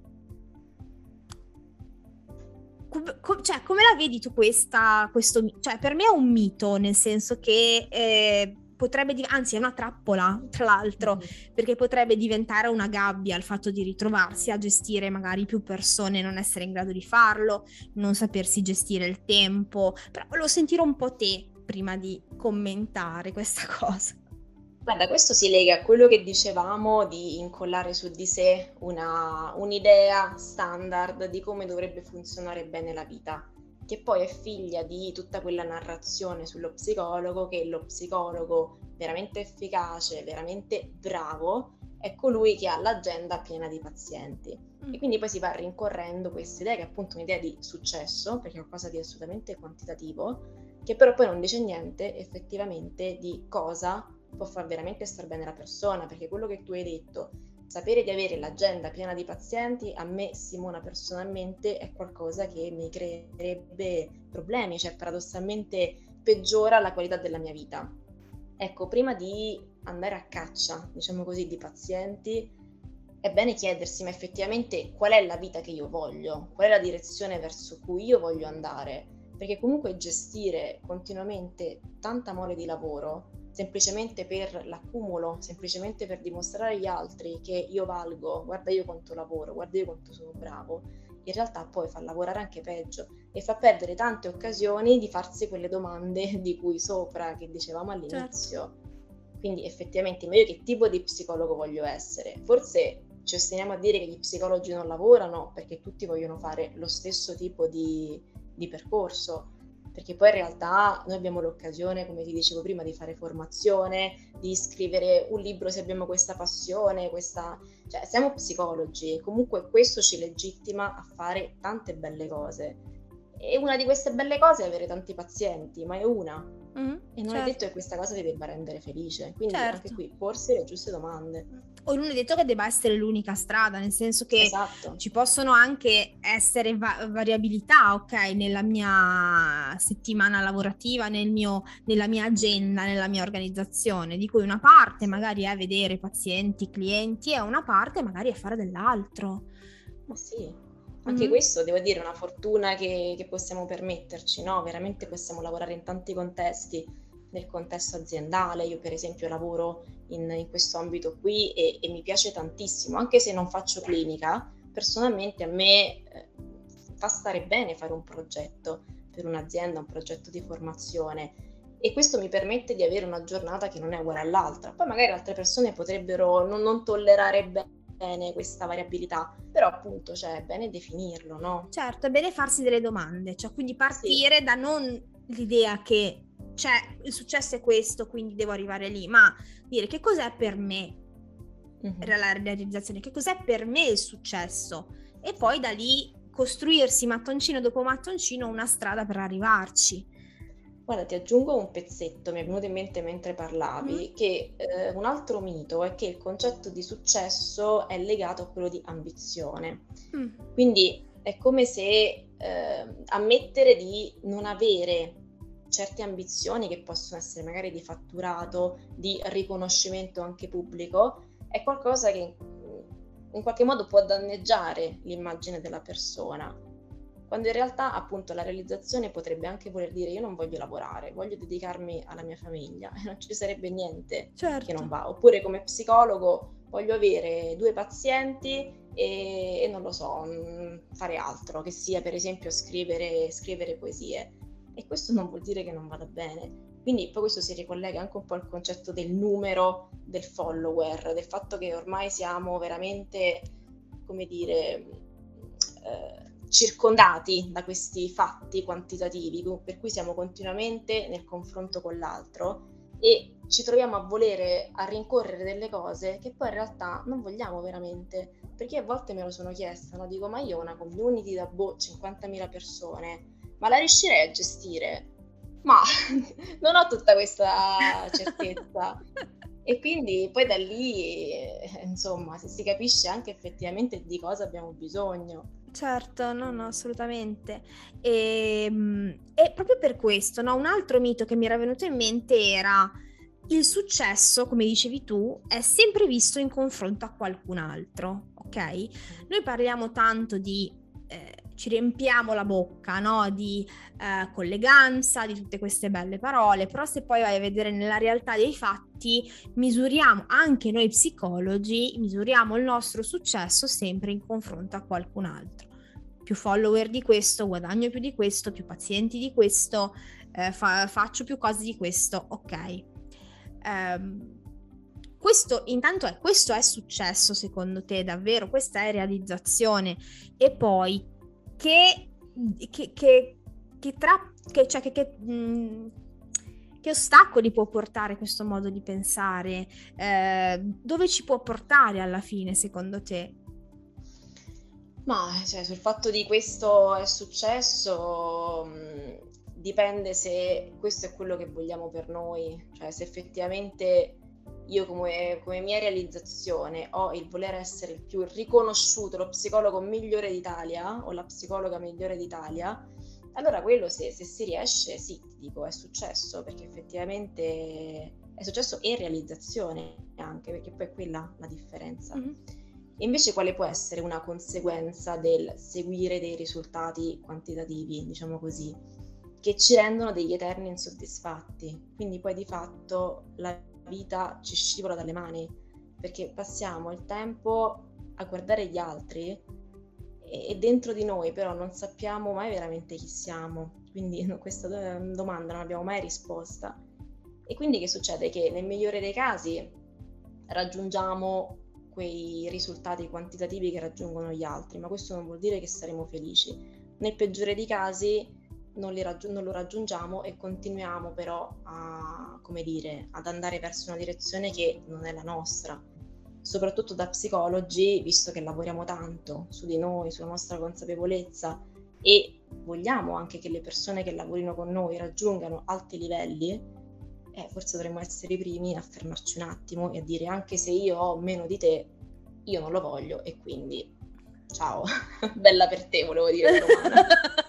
com- com- cioè, come la vedi tu questa, questo, mi- cioè, per me è un mito, nel senso che eh, potrebbe, div- anzi è una trappola, tra l'altro, Mhm. perché potrebbe diventare una gabbia il fatto di ritrovarsi a gestire magari più persone e non essere in grado di farlo, non sapersi gestire il tempo, però volevo sentire un po' te prima di commentare questa cosa. Guarda, questo si lega a quello che dicevamo di incollare su di sé una, un'idea standard di come dovrebbe funzionare bene la vita, che poi è figlia di tutta quella narrazione sullo psicologo, che lo psicologo veramente efficace, veramente bravo, è colui che ha l'agenda piena di pazienti. E Mm. quindi poi si va rincorrendo questa idea, che è appunto un'idea di successo, perché è qualcosa di assolutamente quantitativo, che però poi non dice niente effettivamente di cosa può far veramente star bene la persona, perché quello che tu hai detto, sapere di avere l'agenda piena di pazienti, a me, Simona, personalmente è qualcosa che mi creerebbe problemi, cioè paradossalmente peggiora la qualità della mia vita. Ecco, prima di andare a caccia, diciamo così, di pazienti, è bene chiedersi, ma effettivamente qual è la vita che io voglio, qual è la direzione verso cui io voglio andare, perché comunque gestire continuamente tanta mole di lavoro semplicemente per l'accumulo, semplicemente per dimostrare agli altri che io valgo, guarda io quanto lavoro, guarda io quanto sono bravo, in realtà poi fa lavorare anche peggio e fa perdere tante occasioni di farsi quelle domande di cui sopra, che dicevamo all'inizio. Certo. Quindi effettivamente, ma io che tipo di psicologo voglio essere? Forse ci ostiniamo a dire che gli psicologi non lavorano perché tutti vogliono fare lo stesso tipo di, di percorso, perché poi in realtà noi abbiamo l'occasione, come ti dicevo prima, di fare formazione, di scrivere un libro se abbiamo questa passione, questa... cioè siamo psicologi e comunque questo ci legittima a fare tante belle cose. E una di queste belle cose è avere tanti pazienti, ma è una. Mm, E non è certo. detto che questa cosa ti debba rendere felice, quindi anche Certo. qui porsi le giuste domande. O non è detto che debba essere l'unica strada, nel senso che Esatto. ci possono anche essere va- variabilità, ok, nella mia settimana lavorativa, nel mio, nella mia agenda, nella mia organizzazione, di cui una parte Sì. magari è vedere pazienti, clienti e una parte magari è fare dell'altro. Ma sì, anche Mhm. questo devo dire è una fortuna che, che possiamo permetterci, no? Veramente possiamo lavorare in tanti contesti, nel contesto aziendale. Io per esempio lavoro in, in questo ambito qui e, e mi piace tantissimo, anche se non faccio clinica, personalmente a me eh, fa stare bene fare un progetto per un'azienda, un progetto di formazione. E questo mi permette di avere una giornata che non è uguale all'altra. Poi magari altre persone potrebbero non, non tollerare bene questa variabilità, però appunto cioè, è bene definirlo, no? Certo, è bene farsi delle domande, cioè quindi Sì. partire da non l'idea che cioè, il successo è questo, quindi devo arrivare lì, ma dire che cos'è per me Mhm. la realizzazione, che cos'è per me il successo e Sì. poi da lì costruirsi mattoncino dopo mattoncino una strada per arrivarci. Guarda, ti aggiungo un pezzetto, mi è venuto in mente mentre Mm? parlavi, che eh, un altro mito è che il concetto di successo è legato a quello di ambizione. Mm. Quindi è come se eh, ammettere di non avere certe ambizioni che possono essere magari di fatturato, di riconoscimento anche pubblico, è qualcosa che in qualche modo può danneggiare l'immagine della persona. Quando in realtà appunto la realizzazione potrebbe anche voler dire io non voglio lavorare, voglio dedicarmi alla mia famiglia e non ci sarebbe niente che non Certo. va. Oppure come psicologo voglio avere due pazienti e, e non lo so, mh, fare altro, che sia per esempio scrivere, scrivere poesie. E questo non vuol dire che non vada bene. Quindi poi questo si ricollega anche un po' al concetto del numero del follower, del fatto che ormai siamo veramente, come dire, eh, circondati da questi fatti quantitativi, per cui siamo continuamente nel confronto con l'altro e ci troviamo a volere, a rincorrere delle cose che poi in realtà non vogliamo veramente, perché a volte me lo sono chiesta, no? Dico, ma io ho una community da boh, cinquantamila persone, ma la riuscirei a gestire? Ma non ho tutta questa certezza. E quindi poi da lì, eh, insomma, si capisce anche effettivamente di cosa abbiamo bisogno. Certo, no, no, assolutamente. E, e proprio per questo, no, un altro mito che mi era venuto in mente era il successo, come dicevi tu, è sempre visto in confronto a qualcun altro, ok? Noi parliamo tanto di, eh, ci riempiamo la bocca, no? Di eh, colleganza, di tutte queste belle parole, però se poi vai a vedere nella realtà dei fatti, misuriamo, anche noi psicologi, misuriamo il nostro successo sempre in confronto a qualcun altro. Più follower di questo, guadagno più di questo, più pazienti di questo, eh, fa- faccio più cose di questo, ok. Um, questo intanto è questo è successo secondo te davvero? Questa è realizzazione? E poi che che che che tra che cioè che che, mh, che ostacoli può portare questo modo di pensare? Eh, dove ci può portare alla fine secondo te? Ma cioè, sul fatto di questo è successo mh, dipende se questo è quello che vogliamo per noi, cioè se effettivamente io come, come mia realizzazione ho il voler essere il più riconosciuto, lo psicologo migliore d'Italia o la psicologa migliore d'Italia, allora quello se, se si riesce, sì, ti dico, è successo, perché effettivamente è successo e realizzazione anche, perché poi è quella la differenza. Mm-hmm. E invece quale può essere una conseguenza del seguire dei risultati quantitativi, diciamo così, che ci rendono degli eterni insoddisfatti. Quindi poi di fatto la vita ci scivola dalle mani, perché passiamo il tempo a guardare gli altri e, e dentro di noi però non sappiamo mai veramente chi siamo. Quindi questa domanda non abbiamo mai risposta. E quindi che succede? Che nel migliore dei casi raggiungiamo quei risultati quantitativi che raggiungono gli altri, ma questo non vuol dire che saremo felici. Nel peggiore dei casi non, li raggi- non lo raggiungiamo e continuiamo però a, come dire, ad andare verso una direzione che non è la nostra. Soprattutto da psicologi, visto che lavoriamo tanto su di noi, sulla nostra consapevolezza e vogliamo anche che le persone che lavorino con noi raggiungano alti livelli, Eh, forse dovremmo essere i primi a fermarci un attimo e a dire anche se io ho meno di te, io non lo voglio e quindi ciao, bella per te, volevo dire da romana.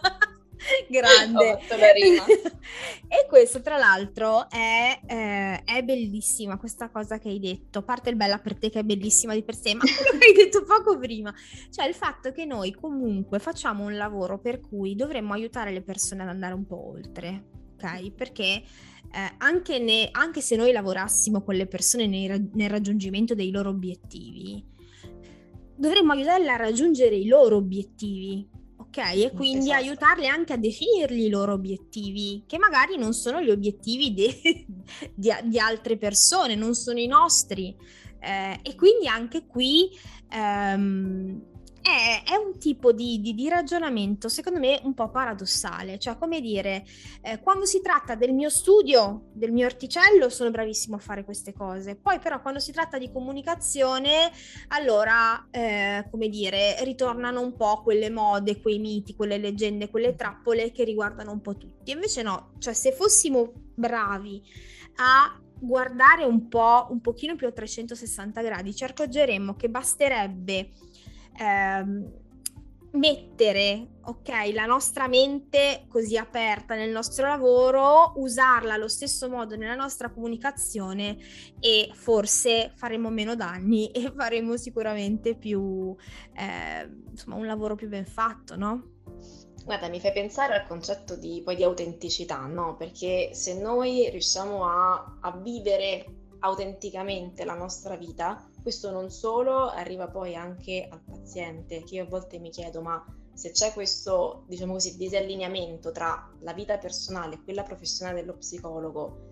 Grande. Ho fatto la rima. E questo tra l'altro è, eh, è bellissima questa cosa che hai detto, a parte il bella per te che è bellissima di per sé, ma quello che hai detto poco prima, cioè il fatto che noi comunque facciamo un lavoro per cui dovremmo aiutare le persone ad andare un po' oltre, ok? Perché Eh, anche, ne, anche se noi lavorassimo con le persone nei, nel raggiungimento dei loro obiettivi, dovremmo aiutarle a raggiungere i loro obiettivi, ok? E quindi Esatto. aiutarle anche a definirli i loro obiettivi, che magari non sono gli obiettivi de, di, di altre persone, non sono i nostri. Eh, e quindi anche qui ehm, è, è un tipo di, di, di ragionamento, secondo me, un po' paradossale. Cioè, come dire, eh, quando si tratta del mio studio, del mio orticello, sono bravissimo a fare queste cose. Poi però quando si tratta di comunicazione, allora, eh, come dire, ritornano un po' quelle mode, quei miti, quelle leggende, quelle trappole che riguardano un po' tutti. Invece no, cioè se fossimo bravi a guardare un po', un pochino più a trecentosessanta gradi, ci accorgeremmo che basterebbe ehm, mettere, ok, la nostra mente così aperta nel nostro lavoro, usarla allo stesso modo nella nostra comunicazione e forse faremo meno danni e faremo sicuramente più, eh, insomma, un lavoro più ben fatto, no? Guarda, mi fai pensare al concetto di, poi di autenticità, no? Perché se noi riusciamo a, a vivere autenticamente la nostra vita, questo non solo arriva poi anche al paziente, che io a volte mi chiedo, ma se c'è questo, diciamo così, disallineamento tra la vita personale e quella professionale dello psicologo,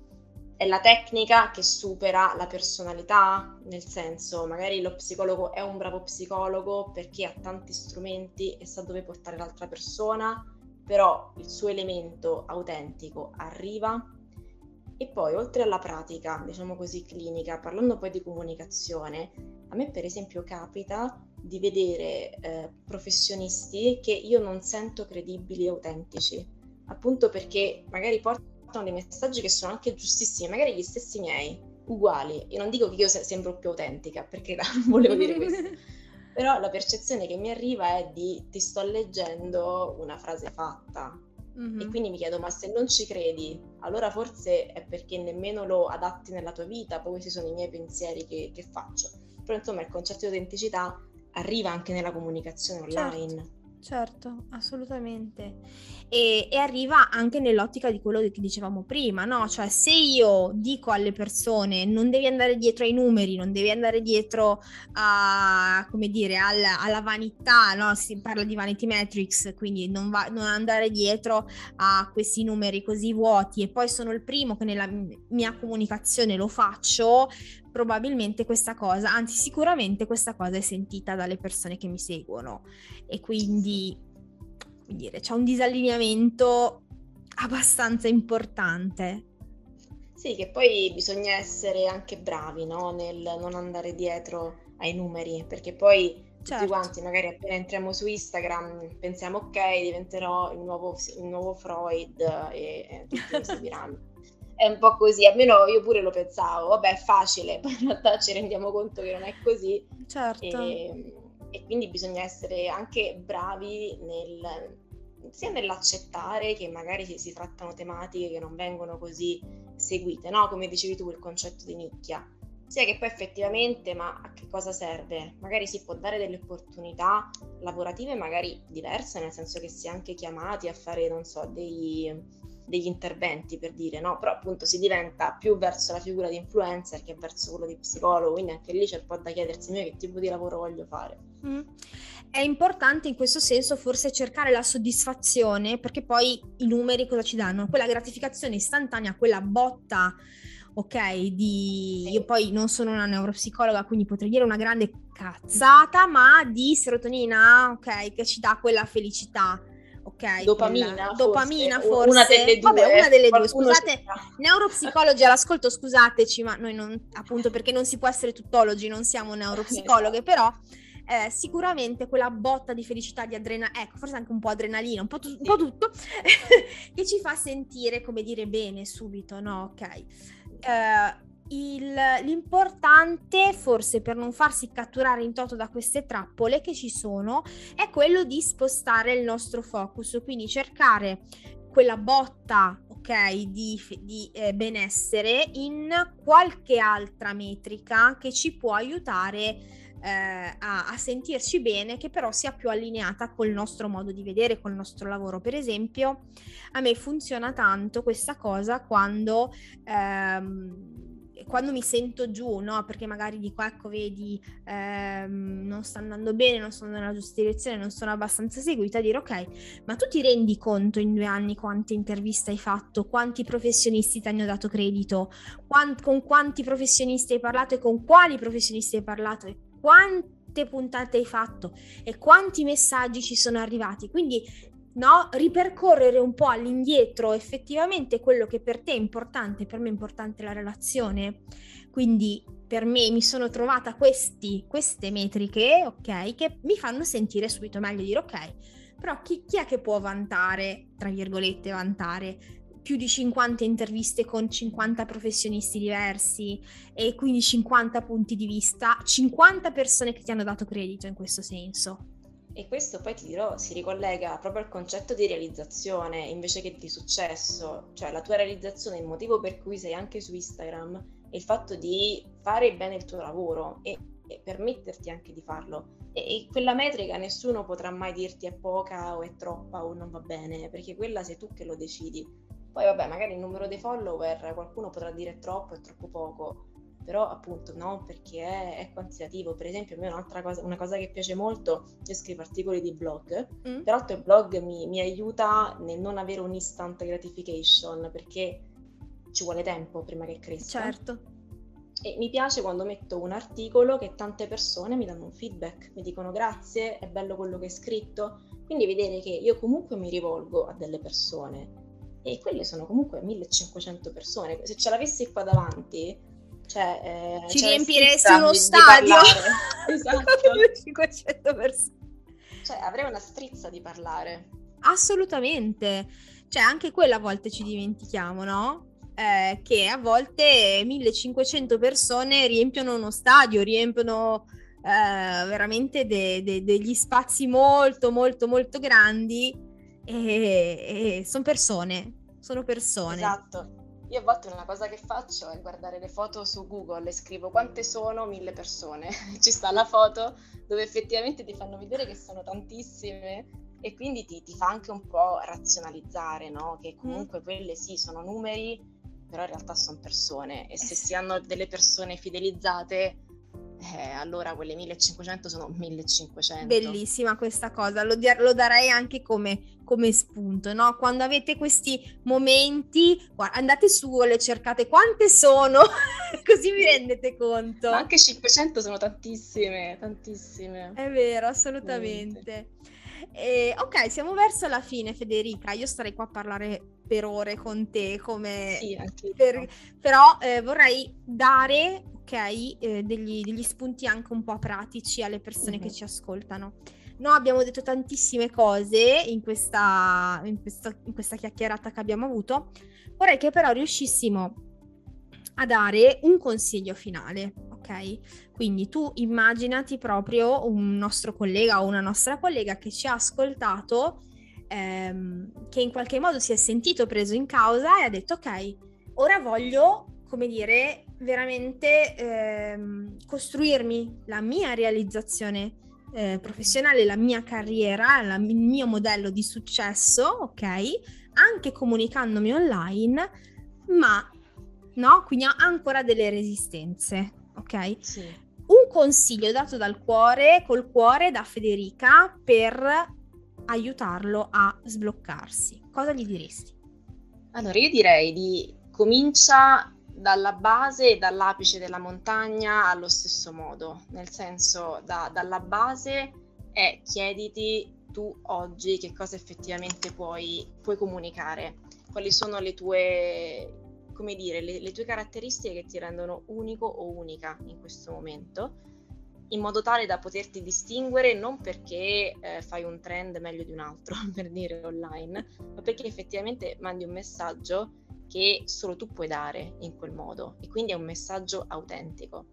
è la tecnica che supera la personalità? Nel senso, magari lo psicologo è un bravo psicologo perché ha tanti strumenti e sa dove portare l'altra persona, però il suo elemento autentico arriva. E poi, oltre alla pratica, diciamo così, clinica, parlando poi di comunicazione, a me per esempio capita di vedere eh, professionisti che io non sento credibili e autentici, appunto perché magari portano dei messaggi che sono anche giustissimi, magari gli stessi miei, uguali. Io non dico che io se- sembro più autentica, perché non volevo dire questo, però la percezione che mi arriva è di ti sto leggendo una frase fatta. Mhm. E quindi mi chiedo, ma se non ci credi, allora forse è perché nemmeno lo adatti nella tua vita, poi questi sono i miei pensieri che, che faccio. Però insomma il concetto di autenticità arriva anche nella comunicazione online. Certo. Certo, assolutamente. E, e arriva anche nell'ottica di quello che dicevamo prima, no? Cioè, se io dico alle persone non devi andare dietro ai numeri, non devi andare dietro a, come dire, al, alla vanità, no? Si parla di vanity metrics, quindi non, va, non andare dietro a questi numeri così vuoti, e poi sono il primo che nella mia comunicazione lo faccio, probabilmente questa cosa, anzi sicuramente questa cosa è sentita dalle persone che mi seguono, e quindi, come dire, c'è un disallineamento abbastanza importante. Sì, che poi bisogna essere anche bravi, no? Nel non andare dietro ai numeri, perché poi tutti Certo. quanti magari appena entriamo su Instagram pensiamo ok, diventerò il nuovo, il nuovo Freud e, e tutti mi seguiranno. È un po' così, almeno io pure lo pensavo, vabbè è facile, poi in realtà ci rendiamo conto che non è così. Certo. E, e quindi bisogna essere anche bravi nel, sia nell'accettare che magari si, si trattano tematiche che non vengono così seguite, no? Come dicevi tu, il concetto di nicchia, sia che poi effettivamente, ma a che cosa serve? Magari si può dare delle opportunità lavorative magari diverse, nel senso che si è anche chiamati a fare, non so, dei... degli interventi, per dire, no? Però appunto si diventa più verso la figura di influencer che verso quello di psicologo, quindi anche lì c'è un po' da chiedersi io che tipo di lavoro voglio fare. Mm. È importante in questo senso forse cercare la soddisfazione, perché poi i numeri cosa ci danno? Quella gratificazione istantanea, quella botta, ok, di... Sì. Io poi non sono una neuropsicologa, quindi potrei dire una grande cazzata, ma di serotonina, ok, che ci dà quella felicità. Ok, Dopamina, quella... forse, dopamina forse, una delle due, vabbè, una delle due, qualcuno scusate, neuropsicologi all'ascolto, scusateci, ma noi non, appunto perché non si può essere tuttologi, non siamo neuropsicologhe, però eh, sicuramente quella botta di felicità, di adrenalina, ecco, forse anche un po' adrenalina, un po', tu- un po' tutto, che ci fa sentire, come dire, bene subito, no? Ok. Eh, il, l'importante, forse per non farsi catturare in toto da queste trappole che ci sono, è quello di spostare il nostro focus, quindi cercare quella botta, ok, di, di eh, benessere in qualche altra metrica che ci può aiutare eh, a, a sentirci bene, che però sia più allineata col nostro modo di vedere, col nostro lavoro. Per esempio, a me funziona tanto questa cosa quando ehm, quando mi sento giù, no? Perché magari dico, ecco, vedi, ehm, non sta andando bene, non sto andando nella giusta direzione, non sono abbastanza seguita, a dire, ok, ma tu ti rendi conto in due anni quante interviste hai fatto, quanti professionisti ti hanno dato credito, Quant- con quanti professionisti hai parlato e con quali professionisti hai parlato e quante puntate hai fatto e quanti messaggi ci sono arrivati? Quindi no, ripercorrere un po' all'indietro effettivamente quello che per te è importante, per me è importante la relazione, quindi per me mi sono trovata questi, queste metriche, ok, che mi fanno sentire subito meglio, dire ok, però chi, chi è che può vantare, tra virgolette vantare, più di cinquanta interviste con cinquanta professionisti diversi e quindi cinquanta punti di vista, cinquanta persone che ti hanno dato credito in questo senso. E questo poi ti dirò, si ricollega proprio al concetto di realizzazione invece che di successo, cioè la tua realizzazione, il motivo per cui sei anche su Instagram è il fatto di fare bene il tuo lavoro e, e permetterti anche di farlo. E, e quella metrica nessuno potrà mai dirti è poca o è troppa o non va bene, perché quella sei tu che lo decidi. Poi vabbè, magari il numero dei follower qualcuno potrà dire è troppo, è troppo poco. però appunto no, perché è, è quantitativo. Per esempio a me un'altra cosa, una cosa che piace molto, io scrivo articoli di blog, Mm. peraltro il blog mi, mi aiuta nel non avere un instant gratification, perché ci vuole tempo prima che cresca. Certo. E mi piace quando metto un articolo che tante persone mi danno un feedback, mi dicono grazie, è bello quello che hai scritto, quindi vedere che io comunque mi rivolgo a delle persone, e quelle sono comunque millecinquecento persone. Se ce l'avessi qua davanti, cioè eh, Ci c'è riempiresti strizza uno di, di stadio. parlare. Esatto. millecinquecento persone. Cioè avrei una strizza di parlare. Assolutamente. Cioè anche quella a volte ci dimentichiamo, no? Eh, che a volte millecinquecento persone riempiono uno stadio, riempiono eh, veramente de- de- degli spazi molto molto molto grandi, e, e sono persone, sono persone. Esatto. Io a volte una cosa che faccio è guardare le foto su Google e scrivo quante sono mille persone. Ci sta la foto dove effettivamente ti fanno vedere che sono tantissime, e quindi ti, ti fa anche un po' razionalizzare, no? Che comunque mm. quelle sì, sono numeri, però in realtà sono persone, e se si hanno delle persone fidelizzate, eh, allora quelle millecinquecento sono millecinquecento. Bellissima questa cosa, lo, di- lo darei anche come, come spunto, no? Quando avete questi momenti, guarda, andate su Google e cercate quante sono, così vi rendete conto. Ma anche cinquecento sono tantissime, tantissime. È vero, assolutamente. E, ok, siamo verso la fine, Federica. Io starei qua a parlare per ore con te, come sì, anche per... però eh, vorrei dare, ok, eh, degli, degli spunti anche un po' pratici alle persone mm-hmm. che ci ascoltano. Noi abbiamo detto tantissime cose in questa, in, questa, in questa chiacchierata che abbiamo avuto. Vorrei che però riuscissimo a dare un consiglio finale, ok? Quindi tu immaginati proprio un nostro collega o una nostra collega che ci ha ascoltato, ehm, che in qualche modo si è sentito preso in causa e ha detto ok, ora voglio, come dire, veramente ehm, costruirmi la mia realizzazione eh, professionale, la mia carriera, la, il mio modello di successo, ok? Anche comunicandomi online, ma no? Quindi ha ancora delle resistenze, ok? Sì. Un consiglio dato dal cuore, col cuore, da Federica, per aiutarlo a sbloccarsi. Cosa gli diresti? Allora, io direi di comincia dalla base e dall'apice della montagna allo stesso modo, nel senso da, dalla base è chiediti tu oggi che cosa effettivamente puoi, puoi comunicare, quali sono le tue... come dire, le, le tue caratteristiche che ti rendono unico o unica in questo momento, in modo tale da poterti distinguere non perché eh, fai un trend meglio di un altro, per dire online, ma perché effettivamente mandi un messaggio che solo tu puoi dare in quel modo, e quindi è un messaggio autentico.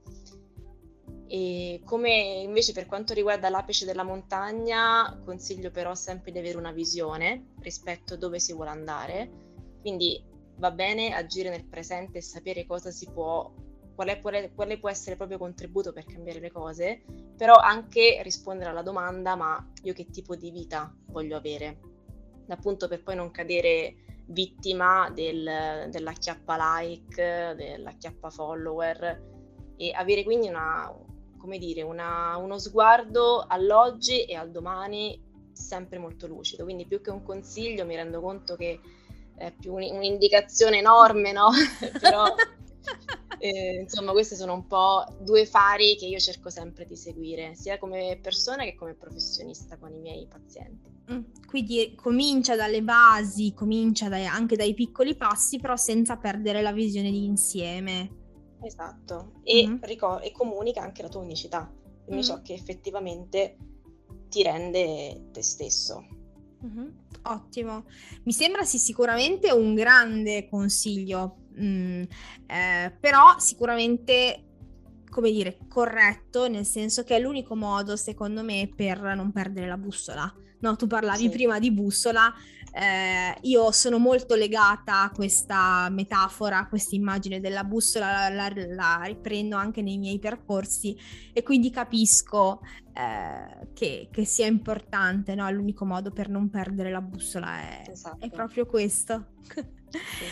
E come invece per quanto riguarda l'apice della montagna, consiglio però sempre di avere una visione rispetto a dove si vuole andare, quindi va bene agire nel presente e sapere cosa si può, quale, quale, quale può essere il proprio contributo per cambiare le cose, però anche rispondere alla domanda: ma io che tipo di vita voglio avere? Appunto, per poi non cadere vittima del, dell'acchiappa like, dell'acchiappa follower, e avere quindi una, come dire, una, uno sguardo all'oggi e al domani sempre molto lucido. Quindi più che un consiglio mi rendo conto che è più un, un'indicazione enorme, no? Però eh, insomma questi sono un po' due fari che io cerco sempre di seguire, sia come persona che come professionista con i miei pazienti. Mm, quindi comincia dalle basi, comincia dai, anche dai piccoli passi, però senza perdere la visione di insieme. Esatto, e, mm-hmm. ricor- e comunica anche la tua unicità, quindi mm-hmm. ciò che effettivamente ti rende te stesso. Mm-hmm. Ottimo, mi sembra sì, sicuramente un grande consiglio, mm, eh, però sicuramente, come dire, corretto, nel senso che è l'unico modo, secondo me, per non perdere la bussola. No, tu parlavi sì. prima di bussola, eh, io sono molto legata a questa metafora, a questa immagine della bussola, la, la, la riprendo anche nei miei percorsi, e quindi capisco eh, che, che sia importante, no? L'unico modo per non perdere la bussola è, esatto. è proprio questo. Sì.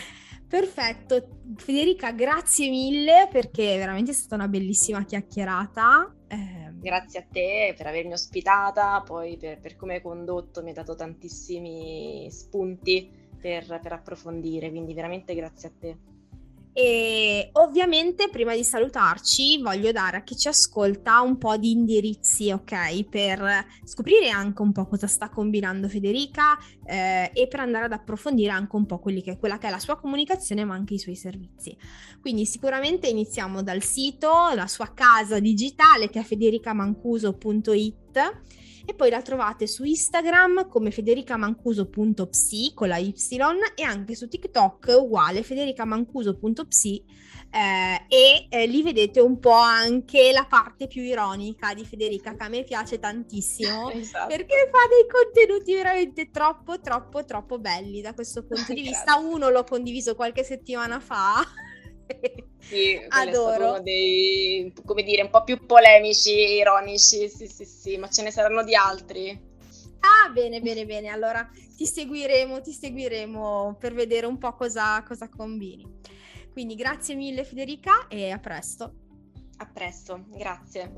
Perfetto, Federica, grazie mille perché veramente è stata una bellissima chiacchierata. Eh, Grazie a te per avermi ospitata, poi per, per come hai condotto, mi hai dato tantissimi spunti per, per approfondire, quindi veramente grazie a te. E ovviamente prima di salutarci voglio dare a chi ci ascolta un po' di indirizzi, ok? Per scoprire anche un po' cosa sta combinando Federica eh, e per andare ad approfondire anche un po' quelli che, quella che è la sua comunicazione ma anche i suoi servizi. Quindi sicuramente iniziamo dal sito, la sua casa digitale che è federicamancuso punto it. E poi la trovate su Instagram come federicamancuso.psi con la Y e anche su TikTok uguale federicamancuso.psi eh, e eh, lì vedete un po' anche la parte più ironica di Federica che a me piace tantissimo Esatto. perché fa dei contenuti veramente troppo troppo troppo belli da questo punto di vista. Uno l'ho condiviso qualche settimana fa. Sì, adoro. È stato uno dei, come dire, un po' più polemici, ironici, sì, sì, sì, ma ce ne saranno di altri. Ah, bene, bene, bene. Allora ti seguiremo, ti seguiremo per vedere un po' cosa, cosa combini. Quindi grazie mille Federica e a presto. A presto, grazie.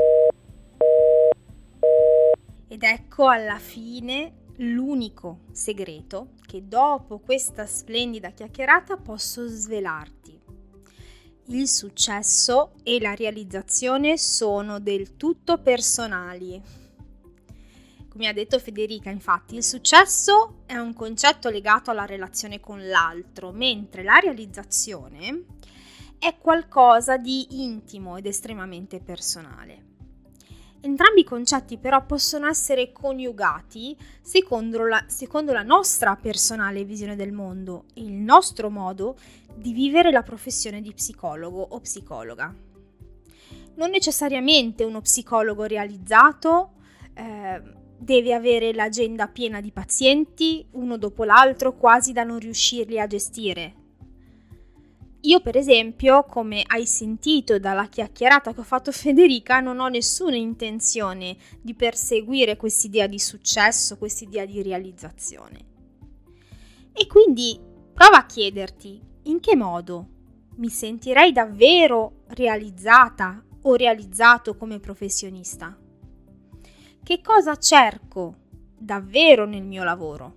Ed ecco alla fine l'unico segreto che dopo questa splendida chiacchierata posso svelarti. Il successo e la realizzazione sono del tutto personali. Come ha detto Federica, infatti, il successo è un concetto legato alla relazione con l'altro, mentre la realizzazione è qualcosa di intimo ed estremamente personale. Entrambi i concetti però possono essere coniugati secondo la, secondo la nostra personale visione del mondo e il nostro modo di vivere la professione di psicologo o psicologa. Non necessariamente uno psicologo realizzato eh, deve avere l'agenda piena di pazienti, uno dopo l'altro, quasi da non riuscirli a gestire. Io, per esempio, come hai sentito dalla chiacchierata che ho fatto Federica, non ho nessuna intenzione di perseguire quest'idea di successo, quest'idea di realizzazione. E quindi prova a chiederti in che modo mi sentirei davvero realizzata o realizzato come professionista? Che cosa cerco davvero nel mio lavoro?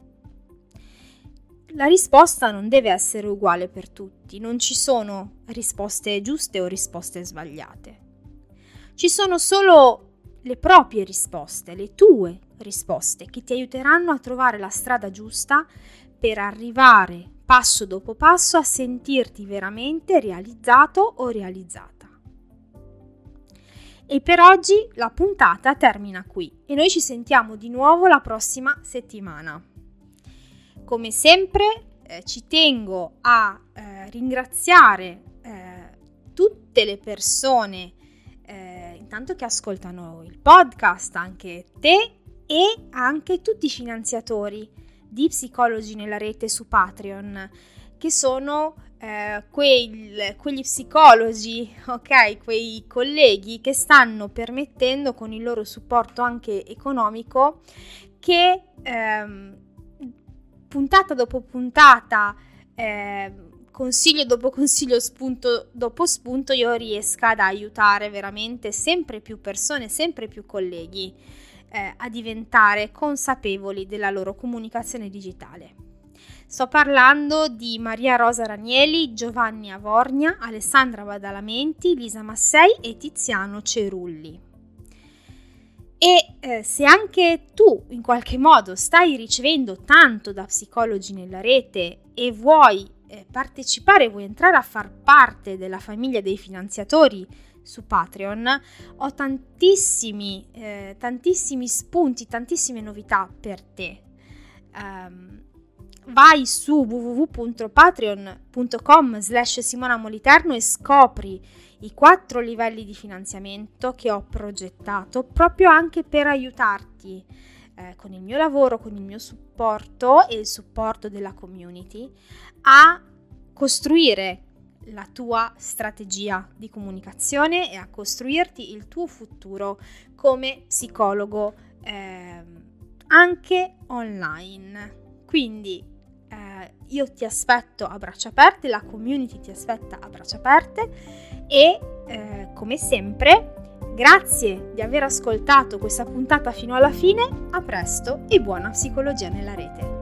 La risposta non deve essere uguale per tutti, non ci sono risposte giuste o risposte sbagliate. Ci sono solo le proprie risposte, le tue risposte, che ti aiuteranno a trovare la strada giusta per arrivare passo dopo passo a sentirti veramente realizzato o realizzata. E per oggi la puntata termina qui e noi ci sentiamo di nuovo la prossima settimana. Come sempre eh, ci tengo a eh, ringraziare eh, tutte le persone eh, intanto che ascoltano il podcast, anche te e anche tutti i finanziatori di Psicologi nella Rete su Patreon, che sono eh, quei, quegli psicologi, ok, quei colleghi che stanno permettendo con il loro supporto anche economico che ehm, puntata dopo puntata, eh, consiglio dopo consiglio, spunto dopo spunto, io riesca ad aiutare veramente sempre più persone, sempre più colleghi eh, a diventare consapevoli della loro comunicazione digitale. Sto parlando di Maria Rosa Ranieri, Giovanni Avornia, Alessandra Badalamenti, Lisa Massei e Tiziano Cerulli. E eh, se anche tu in qualche modo stai ricevendo tanto da Psicologi nella Rete e vuoi eh, partecipare, vuoi entrare a far parte della famiglia dei finanziatori su Patreon, ho tantissimi, eh, tantissimi spunti, tantissime novità per te. Um, vai su w w w punto patreon punto com slash Simona Moliterno e scopri i quattro livelli di finanziamento che ho progettato proprio anche per aiutarti eh, con il mio lavoro, con il mio supporto e il supporto della community a costruire la tua strategia di comunicazione e a costruirti il tuo futuro come psicologo eh, anche online. Quindi eh, io ti aspetto a braccia aperte, la community ti aspetta a braccia aperte e eh, come sempre grazie di aver ascoltato questa puntata fino alla fine, a presto e buona psicologia nella rete.